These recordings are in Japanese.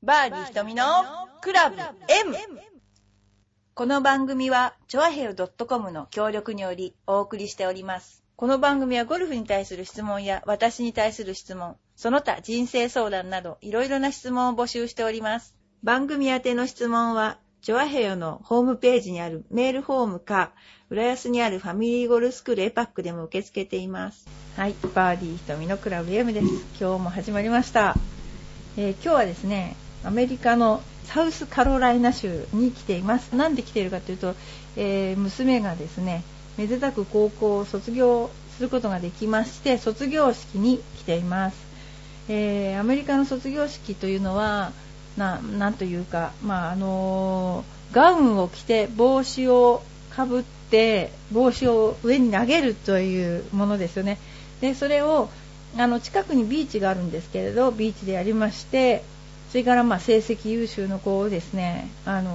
バーディー瞳のクラブ M。 この番組はチョアヘヨ .com の協力によりお送りしております。この番組はゴルフに対する質問や私に対する質問、その他人生相談などいろいろな質問を募集しております。番組宛ての質問はチョアヘヨのホームページにあるメールフォームか、浦安にあるファミリーゴルフスクールエパックでも受け付けています。はい、バーディー瞳のクラブ M です。今日も始まりました。今日はですね、アメリカのサウスカロライナ州に来ています。なんで来ているかというと、娘がですね、めでたく高校を卒業することができまして、卒業式に来ています。アメリカの卒業式というのはなんというか、ガウンを着て帽子をかぶって帽子を上に投げるというものですよね。でそれを近くにビーチがあるんですけれど、ビーチでやりまして、それから成績優秀の子をですね、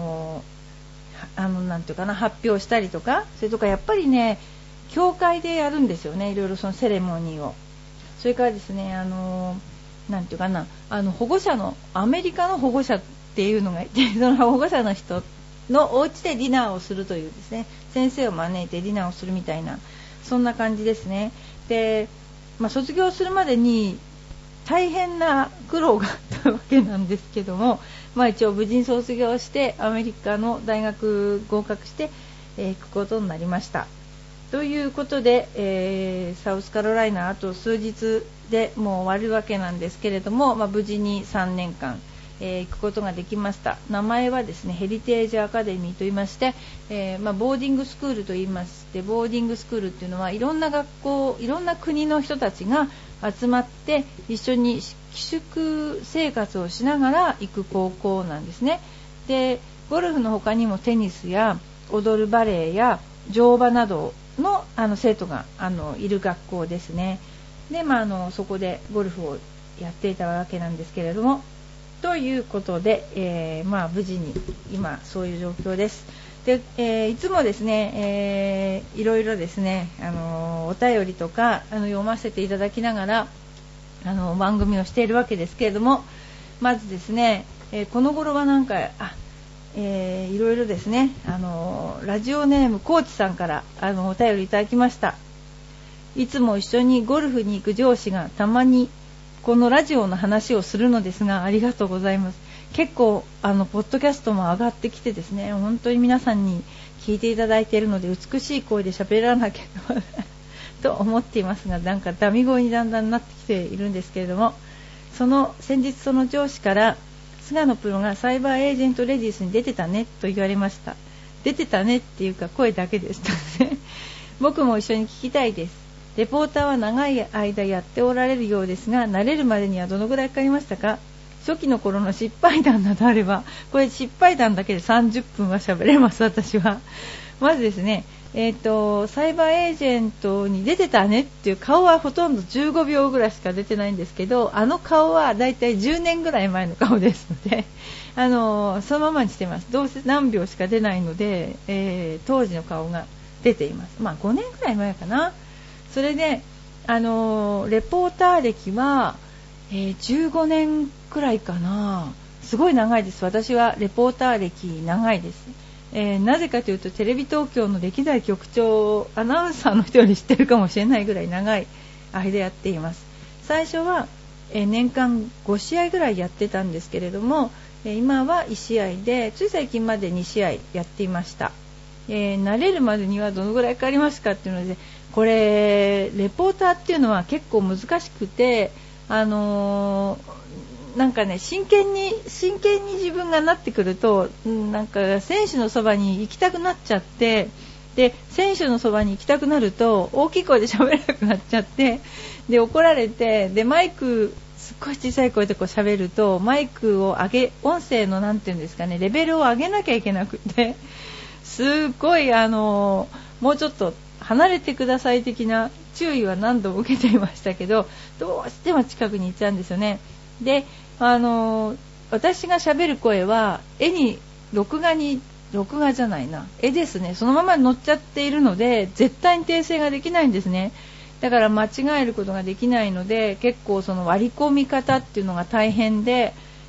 なんていうかな、発表したりとか、それとかやっぱりね、教会でやるんですよね、いろいろそのセレモニーを。それからですね、なんていうかな、保護者のアメリカの保護者っていうのがいて、その保護者の人のお家でディナーをするというですね、先生を招いてディナーをするみたいな、そんな感じですね。で、卒業するまでに大変な苦労があったわけなんですけども、一応無事に卒業してアメリカの大学合格して、行くことになりました。ということで、サウスカロライナあと数日でもう終わるわけなんですけれども、無事に3年間、行くことができました。名前はですね、ヘリテージアカデミーと言いまして、ボーディングスクールと言いまして、ボーディングスクールっていうのはいろんな学校、いろんな国の人たちが集まって一緒に寄宿生活をしながら行く高校なんですね。でゴルフの他にもテニスや踊るバレエや乗馬などの生徒がいる学校ですね。で、そこでゴルフをやっていたわけなんですけれども、ということで、無事に今そういう状況です。で、いつもですね、いろいろですね、お便りとか読ませていただきながら番組をしているわけですけれども、まずですね、この頃はなんかいろいろですね、ラジオネームコーチさんからお便りいただきました。いつも一緒にゴルフに行く上司がたまにこのラジオの話をするのですが、ありがとうございます。結構ポッドキャストも上がってきてですね、本当に皆さんに聞いていただいているので、美しい声で喋らなきゃと思っていますが、なんかダミ声にだんだんなってきているんですけれども、先日その上司から菅野プロがサイバーエージェントレディースに出てたねと言われました。出てたねっていうか声だけでしたね。僕も一緒に聞きたいです。レポーターは長い間やっておられるようですが、慣れるまでにはどのぐらいかかりましたか？初期の頃の失敗談などあれば、これ失敗談だけで30分は喋れます、私は。まずですね、サイバーエージェントに出てたねっていう顔はほとんど15秒ぐらいしか出てないんですけど、顔はだいたい10年ぐらい前の顔ですので、そのままにしてます。どうせ何秒しか出ないので、当時の顔が出ています。5年ぐらい前かな。それで、レポーター歴は、15年くらいかな。すごい長いです。私はレポーター歴長いです。なぜかというと、テレビ東京の歴代局長アナウンサーの人より知ってるかもしれないぐらい長い間やっています。最初は、年間5試合ぐらいやってたんですけれども、今は1試合で、つい最近まで2試合やっていました。慣れるまでにはどのぐらいかかりますかっていうので、これレポーターっていうのは結構難しくて、なんかね、真剣に自分がなってくると、なんか選手のそばに行きたくなっちゃって、で選手のそばに行きたくなると大きい声で喋れなくなっちゃって、で怒られて、でマイクすっごい小さい声でこう喋ると、マイクを音声のなんていうんですかね、レベルを上げなきゃいけなくて、すっごいもうちょっと離れてください的な注意は何度も受けていましたけど、どうしても近くに行っちゃうんですよね。で、私が喋る声は録画じゃないな、絵ですね、そのまま載っちゃっているので、絶対に訂正ができないんですね。だから間違えることができないので、結構その割り込み方っていうのが大変で、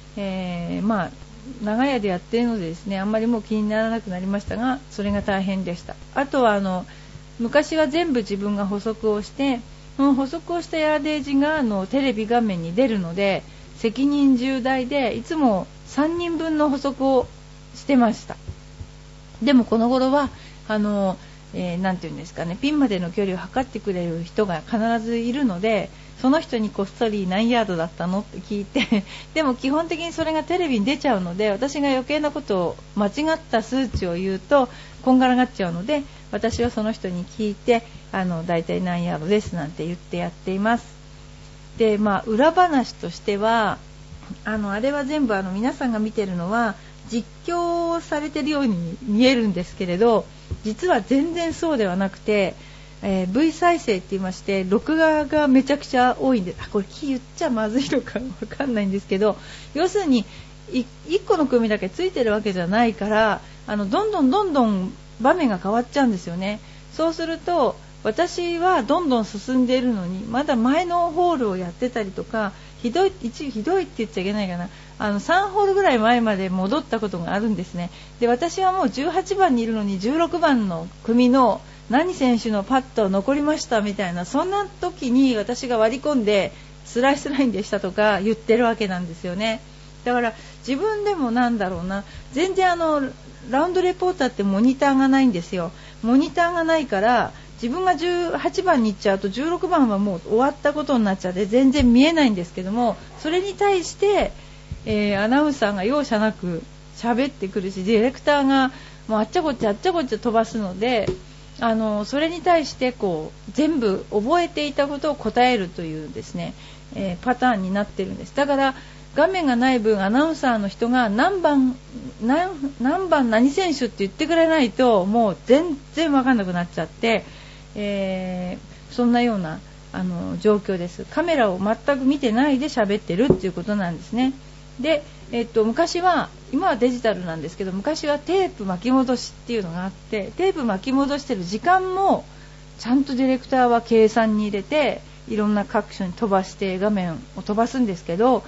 長屋でやっているのでですね、あんまりもう気にならなくなりましたが、それが大変でした。あとは昔は全部自分が補足をして、補足をしたヤーデージがテレビ画面に出るので、責任重大でいつも3人分の補足をしてました。でもこの頃はなんていうんですかね、ピンまでの距離を測ってくれる人が必ずいるので、その人にこっそり何ヤードだったのって聞いてでも基本的にそれがテレビに出ちゃうので、私が余計なことを間違った数値を言うとこんがらがっちゃうので、私はその人に聞いてだいたい何ヤードですなんて言ってやっています。で、裏話としてはあれは全部皆さんが見てるのは実況されてるように見えるんですけれど、実は全然そうではなくて、V 再生って言いまして、録画がめちゃくちゃ多いんで、これ言っちゃまずいのかわかんないんですけど、要するに1個の組だけついてるわけじゃないから、どんどん場面が変わっちゃうんですよね。そうすると私はどんどん進んでいるのに、まだ前のホールをやってたりとか、ひどいって言っちゃいけないかな、3ホールぐらい前まで戻ったことがあるんですね。で、私はもう18番にいるのに16番の組の何選手のパット残りましたみたいな、そんな時に私が割り込んでスライスラインでしたとか言ってるわけなんですよね。だから自分でも全然ラウンドレポーターってモニターがないんですよ。モニターがないから自分が18番に行っちゃうと16番はもう終わったことになっちゃって全然見えないんですけども、それに対して、アナウンサーが容赦なく喋ってくるし、ディレクターがもうあっちゃこっちゃ飛ばすので、それに対して全部覚えていたことを答えるというですね、パターンになってるんです。だから画面がない分、アナウンサーの人が何番何選手って言ってくれないともう全然分かんなくなっちゃって、そんなような状況です。カメラを全く見てないで喋ってるっていうことなんですね。で、昔は、今はデジタルなんですけど、昔はテープ巻き戻しっていうのがあって、テープ巻き戻してる時間もちゃんとディレクターは計算に入れて、いろんな各所に飛ばして画面を飛ばすんですけど、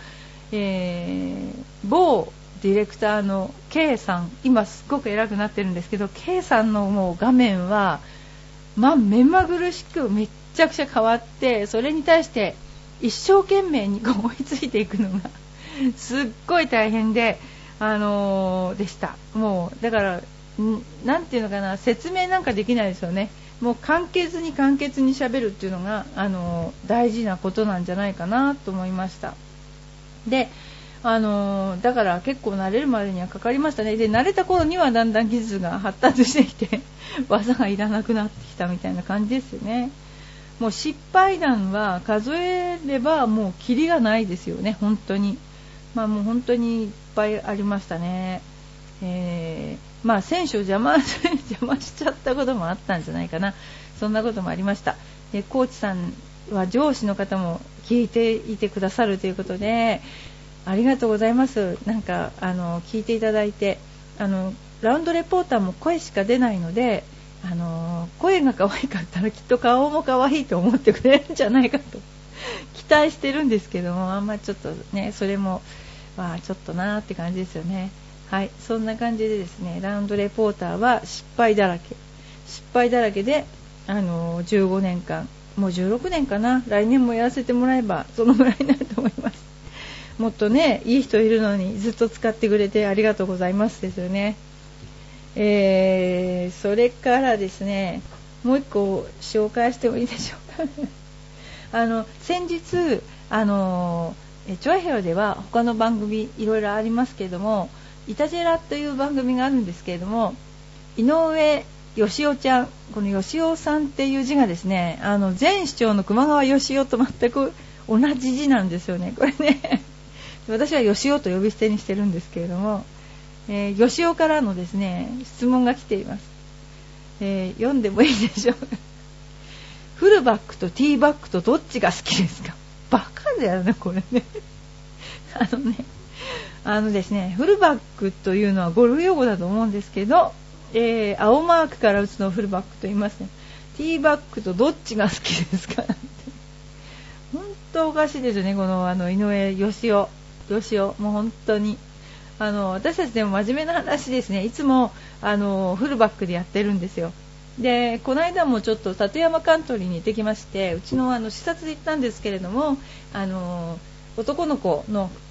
某ディレクターの K さん、今すごく偉くなってるんですけど、 K さんのもう画面は目まぐるしくめっちゃくちゃ変わって、それに対して一生懸命に追いついていくのがすっごい大変で、でした。もうだからなんていうのかな、説明なんかできないですよね。もう簡潔に喋るっていうのが大事なことなんじゃないかなと思いました。で、だから結構慣れるまでにはかかりましたね。で、慣れた頃にはだんだん技術が発達してきて技がいらなくなってきたみたいな感じですよね。もう失敗談は数えればもうキリがないですよね、本当に。もう本当にいっぱいありましたね。選手を邪魔しちゃったこともあったんじゃないかな。そんなこともありました。で、コーチさんは上司の方も聞いていてくださるということで、ありがとうございます。なんか聞いていただいて、ラウンドレポーターも声しか出ないので、声が可愛かったらきっと顔も可愛いと思ってくれるんじゃないかと期待してるんですけども、あんまちょっとね、それもちょっとなーって感じですよね。はい、そんな感じでですね、ラウンドレポーターは失敗だらけで15年間、もう16年かな、来年もやらせてもらえばそのぐらいになると思います。もっとね、いい人いるのにずっと使ってくれてありがとうございますですよね。それからですね、もう一個紹介してもいいでしょうか先日チョアヘヨでは他の番組いろいろありますけれども、イタジェラという番組があるんですけれども、井上義雄ちゃん、この義雄さんっていう字がですね、前市長の熊川義雄と全く同じ字なんですよね。これね私は義雄と呼び捨てにしてるんですけれども、義雄からのですね質問が来ています。読んでもいいでしょうか。フルバックとティーバックとどっちが好きですか。バカだよねこれねですね、フルバックというのはゴルフ用語だと思うんですけど、青マークから打つのをフルバックと言いますね。ティーバックとどっちが好きですかなんて本当おかしいですよね、この井上義雄。 よしお、もう本当に私たちでも真面目な話ですね、いつもフルバックでやってるんですよ。でこの間もちょっと立山カントリーに行ってきまして、うちの視察で行ったんですけれども、男の子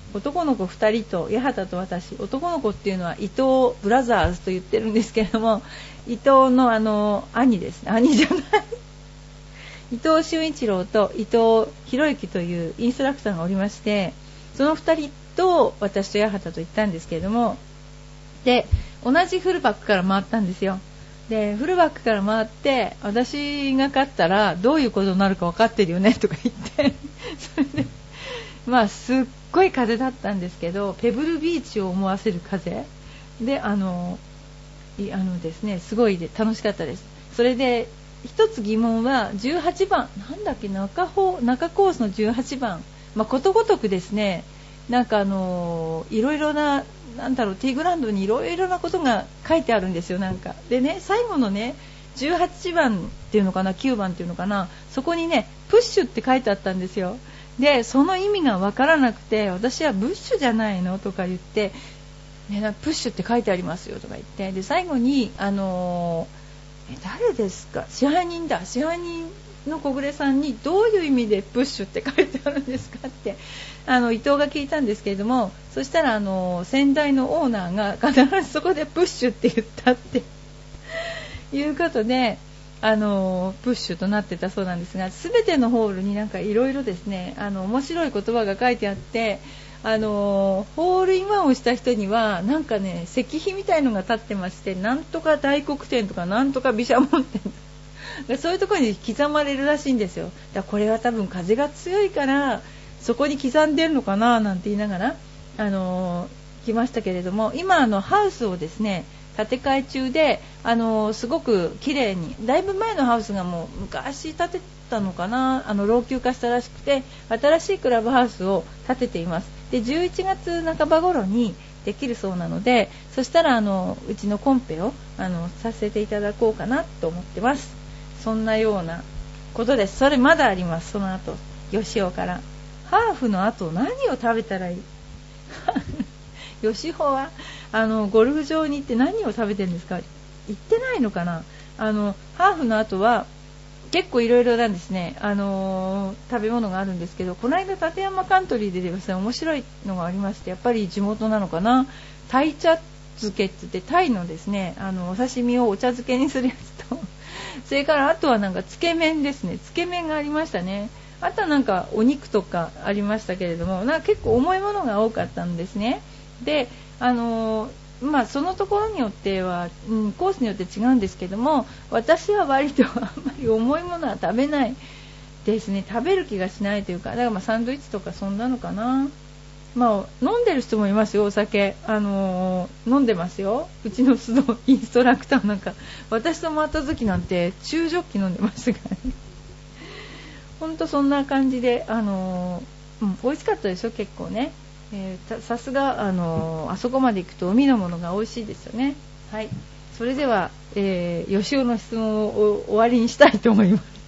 2人と八幡と私、男の子っていうのは伊藤ブラザーズと言ってるんですけれども、伊藤の兄ですね、兄じゃない伊藤俊一郎と伊藤博之というインストラクターがおりまして、その2人と私と八幡と行ったんですけれども、で同じフルバックから回ったんですよ。でフルバックから回って、私が勝ったらどういうことになるか分かってるよねとか言ってそれでまあすっごい風だったんですけど、ペブルビーチを思わせる風でですね、すごい楽しかったです。それで一つ疑問は18番なんだっけ、中コースの18番、ことごとくですね、なんかいろいろなティーグラウンドにいろいろなことが書いてあるんですよ。なんかでね、最後のね18番っていうのかな、9番っていうのかな、そこにねプッシュって書いてあったんですよ。でその意味が分からなくて、私はブッシュじゃないのとか言って、ね、なんかプッシュって書いてありますよとか言って、で最後に誰ですか、支配人の小暮さんにどういう意味でプッシュって書いてあるんですかって伊藤が聞いたんですけれども、そしたら先代のオーナーが必ずそこでプッシュって言ったっていうことでプッシュとなってたそうなんですが、全てのホールになんかいろいろですね面白い言葉が書いてあって、ホールインワンをした人にはなんかね石碑みたいのが立ってまして、なんとか大黒天とかなんとか毘沙門天そういうところに刻まれるらしいんですよ。だからこれは多分風が強いからそこに刻んでるのかななんて言いながら来ましたけれども、今ハウスをですね建て替え中で、すごく綺麗に、だいぶ前のハウスがもう昔建てたのかな、老朽化したらしくて、新しいクラブハウスを建てています。で11月半ば頃にできるそうなので、そしたらうちのコンペをさせていただこうかなと思ってます。そんなようなことです。それまだあります。その後吉尾からハーフの後何を食べたらいい吉尾はゴルフ場に行って何を食べてるんですか。行ってないのかな。ハーフの後は結構いろいろなんですね、食べ物があるんですけど、この間立山カントリーでですね面白いのがありまして、やっぱり地元なのかな、タイ茶漬けって言って、タイのですねお刺身をお茶漬けにするやつとそれからあとはなんかつけ麺ですね、つけ麺がありましたね。あとはなんかお肉とかありましたけれども、なんか結構重いものが多かったんですね。でそのところによっては、コースによって違うんですけども、私は割とあんまり重いものは食べないですね。食べる気がしないというか、だからサンドイッチとかそんなのかな。飲んでる人もいますよ、お酒飲んでますよ。うちのスノーインストラクターなんか私と回った時なんて中ジョッキ飲んでましたからねほんとそんな感じで美味しかったでしょ、結構ね。さすがあそこまで行くと海のものが美味しいですよね。はい、それでは、吉尾の質問を終わりにしたいと思います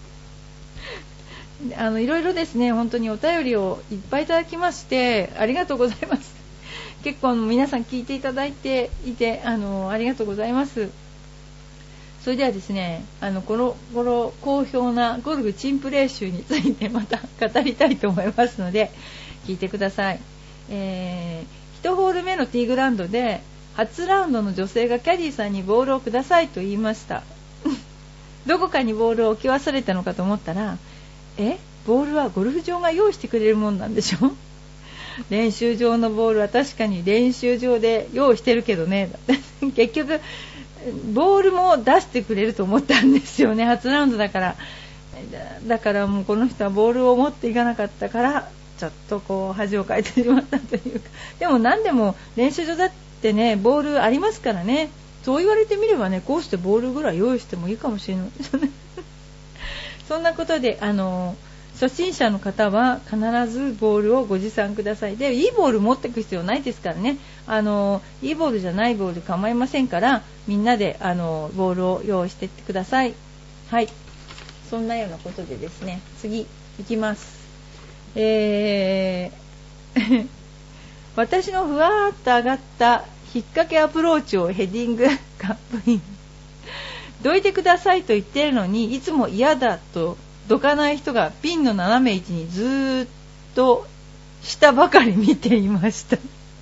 いろいろですね、本当にお便りをいっぱいいただきましてありがとうございます。結構皆さん聞いていただいていてありがとうございます。それではですね、この好評なゴルフ珍プレー集についてまた語りたいと思いますので聞いてください。1ホール目のティーグラウンドで初ラウンドの女性がキャディーさんにボールをくださいと言いましたどこかにボールを置き忘れたのかと思ったら、ボールはゴルフ場が用意してくれるもんなんでしょ練習場のボールは確かに練習場で用意してるけどね結局ボールも出してくれると思ったんですよね、初ラウンドだからもうこの人はボールを持っていかなかったからちょっとこう恥をかいてしまったというか、でも何でも練習場だってねボールありますからね。そう言われてみればね、こうしてボールぐらい用意してもいいかもしれないですねそんなことで初心者の方は必ずボールをご持参ください。でいいボール持っていく必要ないですからね、いいボールじゃないボール構いませんから、みんなでボールを用意していってください。はい、そんなようなことでですね、次いきます。 私のふわーっと上がった引っ掛けアプローチをヘディングカップイン。どいてくださいと言っているのにいつも嫌だとどかない人がピンの斜め位置にずーっと下ばかり見ていました。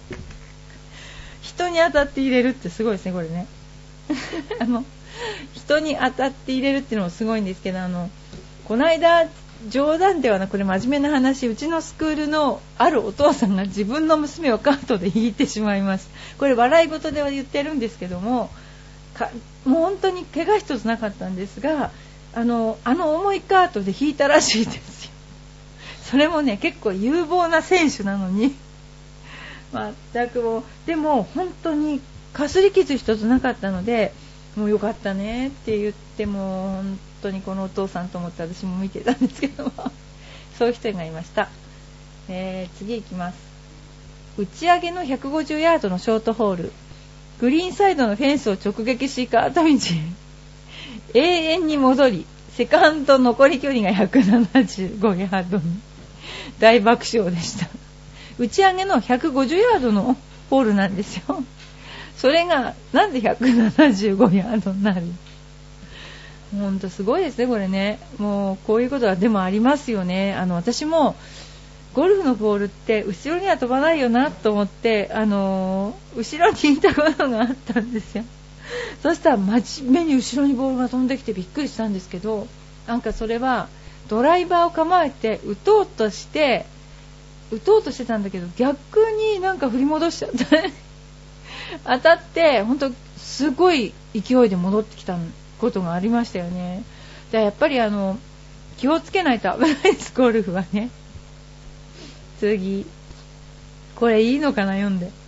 人に当たって入れるってすごいですね、これね。人に当たって入れるっていうのもすごいんですけど、この間冗談ではなくこれ真面目な話、うちのスクールのあるお父さんが自分の娘をカートで引いてしまいます。これ笑い事では言ってるんですけども、もう本当に怪我一つなかったんですが、あの重いカートで引いたらしいですよ。それもね、結構有望な選手なのに全くもう、でも本当にかすり傷一つなかったので、もうよかったねって言って、も本当にこのお父さんと思って私も見てたんですけどもそういう人がいました。次行きます。打ち上げの150ヤードのショートホール、グリーンサイドのフェンスを直撃しカート道へ永遠に戻り、セカンド残り距離が175ヤードに大爆笑でした。打ち上げの150ヤードのホールなんですよ。それがなんで175ヤードになる。ほんとすごいですね、これね。もうこういうことはでもありますよね。私もゴルフのボールって後ろには飛ばないよなと思って、後ろにいたことがあったんですよ。そしたら真面目に後ろにボールが飛んできてびっくりしたんですけど、なんかそれはドライバーを構えて打とうとしてたんだけど、逆になんか振り戻しちゃった当たって本当すごい勢いで戻ってきたことがありましたよね。じゃあやっぱり気をつけないと危ないです、ゴルフはね。次、これいいのかな、読んで。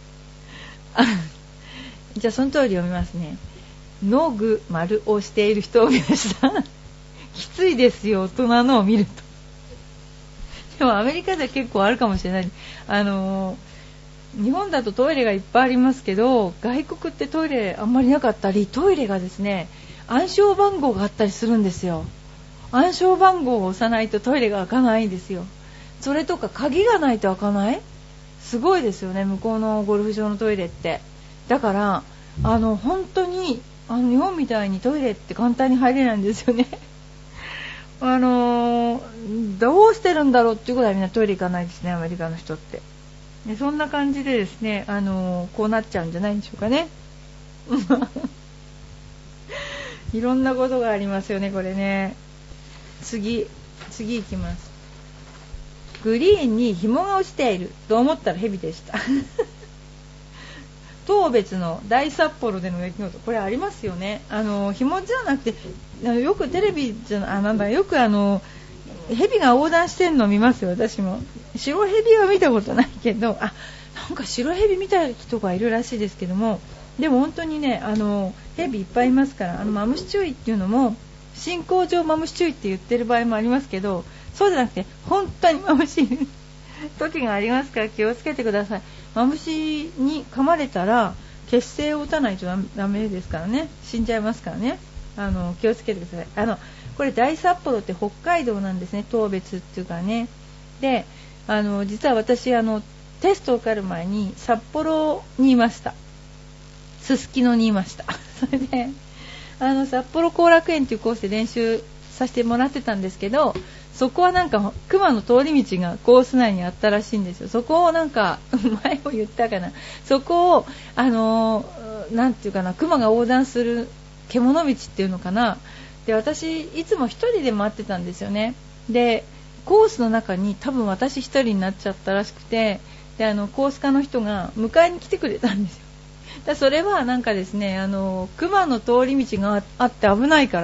じゃあその通り読みますね。のぐ丸をしている人を見ましたきついですよ、大人のを見ると。でもアメリカでは結構あるかもしれない。日本だとトイレがいっぱいありますけど、外国ってトイレあんまりなかったり、トイレがですね、暗証番号があったりするんですよ。暗証番号を押さないとトイレが開かないんですよ。それとか鍵がないと開かない。すごいですよね、向こうのゴルフ場のトイレって。だから本当に日本みたいにトイレって簡単に入れないんですよねどうしてるんだろうっていうぐらいみんなトイレ行かないですね、アメリカの人って。でそんな感じでですね、こうなっちゃうんじゃないんでしょうかねいろんなことがありますよね、これね。次行きます。グリーンに紐が落ちていると思ったらヘビでした当別の大札幌での出来事、これありますよね。紐じゃなくて、よくテレビじゃよくヘビが横断してるのを見ますよ、私も。白ヘビは見たことないけど、なんか白ヘビ見た人がいるらしいですけども、でも本当にね、ヘビいっぱいいますから、マムシ注意っていうのも進行上マムシ注意って言ってる場合もありますけど、そうじゃなくて本当にマムシいる時がありますから気をつけてください。マムシに噛まれたら血清を打たないとダメですからね、死んじゃいますからね。気をつけてください。これ大札幌って北海道なんですね、当別っていうかね。で実は私テストを受かる前に札幌にいました。すすきのにいましたそれで札幌後楽園っていうコースで練習させてもらってたんですけど、そこはなんか熊の通り道がコース内にあったらしいんですよ。そこをなんか前も言ったかな、そこをなんていうかな、熊が横断する獣道っていうのかな。で私いつも一人で待ってたんですよね。でコースの中に多分私一人になっちゃったらしくて、でコース課の人が迎えに来てくれたんですよ。それはなんかですね、熊の通り道があって危ないから、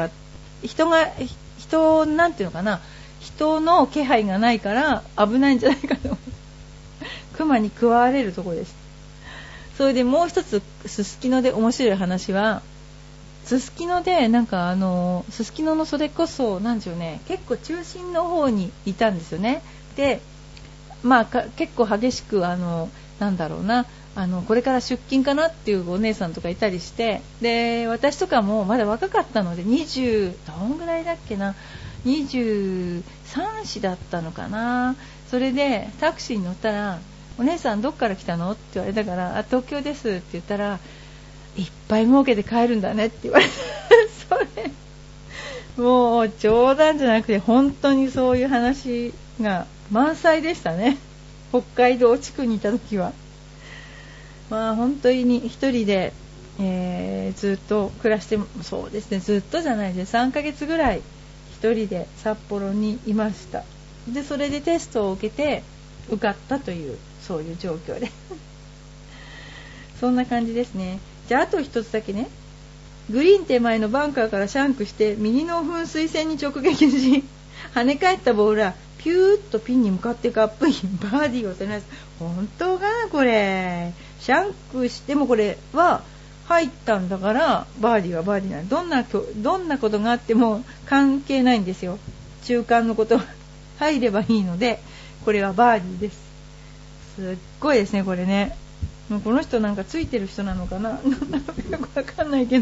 なんていうのかな、人の気配がないから危ないんじゃないかと熊に食われるところです。それでもう一つすすきので面白い話は、すすきのでなんかすすきののそれこそなんでしょうね、結構中心の方にいたんですよね。で結構激しくなんだろうな、これから出勤かなっていうお姉さんとかいたりして、で私とかもまだ若かったので20どんぐらいだっけな、23歳だったのかな。それでタクシーに乗ったらお姉さんどっから来たのって言われたから、あ、東京ですって言ったら、いっぱい儲けて帰るんだねって言われたそれもう冗談じゃなくて本当にそういう話が満載でしたね。北海道地区にいた時はまあ本当に一人で、ずっと暮らして、そうですね、ずっとじゃないで3ヶ月ぐらい一人で札幌にいました。でそれでテストを受けて受かったという、そういう状況でそんな感じですね。じゃああと一つだけね、グリーン手前のバンカーからシャンクして右の噴水線に直撃し跳ね返ったボールはピューッとピンに向かってカップイン、バーディーを取ります。本当かなこれ。シャンクしてもこれは入ったんだからバーディーはバーディーなん。どんなことがあっても関係ないんですよ。中間のことが入ればいいので、これはバーディーです。すっごいですねこれね。もうこの人なんかついてる人なのかなよくわかんないけど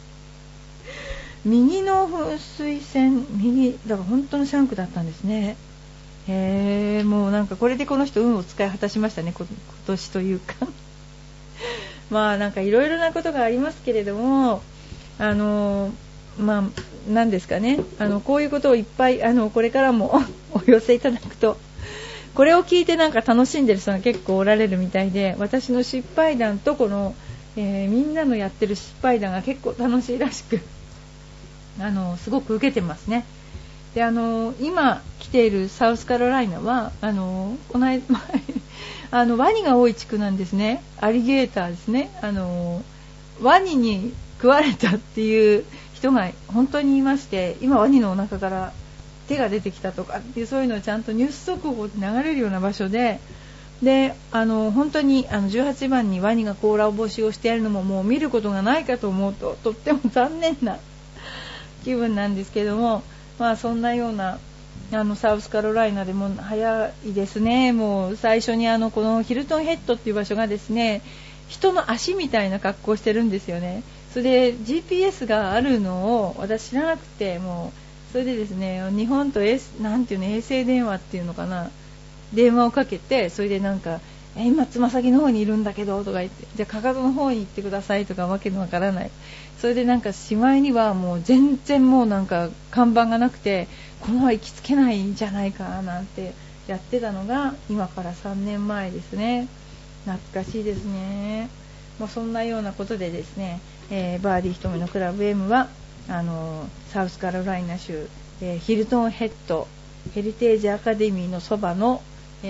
右の噴水線、右だから本当のシャンクだったんですね。もうなんかこれでこの人運を使い果たしましたね、今年というかまあなんかいろいろなことがありますけれども、まあ何ですかね、こういうことをいっぱいこれからもお寄せいただくと、これを聞いてなんか楽しんでる人が結構おられるみたいで、私の失敗談とこの、みんなのやってる失敗談が結構楽しいらしくすごく受けてますね。で今来ているサウスカロライナはこの間ワニが多い地区なんですね。アリゲーターですね。ワニに食われたっていう人が本当にいまして、今ワニのお腹から手が出てきたとかっていう、そういうのをちゃんとニュース速報で流れるような場所で、本当に18番にワニが甲羅干しをしてやるのももう見ることがないかと思うととっても残念な気分なんですけども、まあそんなようなサウスカロライナでも早いですね。もう最初にこのヒルトンヘッドっていう場所がですね、人の足みたいな格好をしてるんですよね。それで GPS があるのを私知らなくて、もうそれでですね、日本となんていうの、衛星電話っていうのかな、電話をかけて、それでなんか今つま先の方にいるんだけどとか言って、じゃあかかとの方に行ってくださいとかわけのわからない。それでなんかしまいにはもう全然もうなんか看板がなくて、このまま行きつけないんじゃないかなんてやってたのが今から3年前ですね。懐かしいですね。もうそんなようなことでですね、バーディー瞳のクラブ M はサウスカロライナ州、ヒルトンヘッドヘリテージアカデミーのそばの、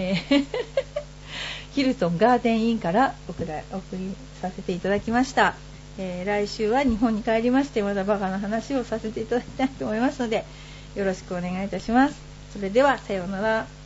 ヒルトンガーデンインからお送りさせていただきました。来週は日本に帰りまして、またバカな話をさせていただきたいと思いますので、よろしくお願いいたします。それではさようなら。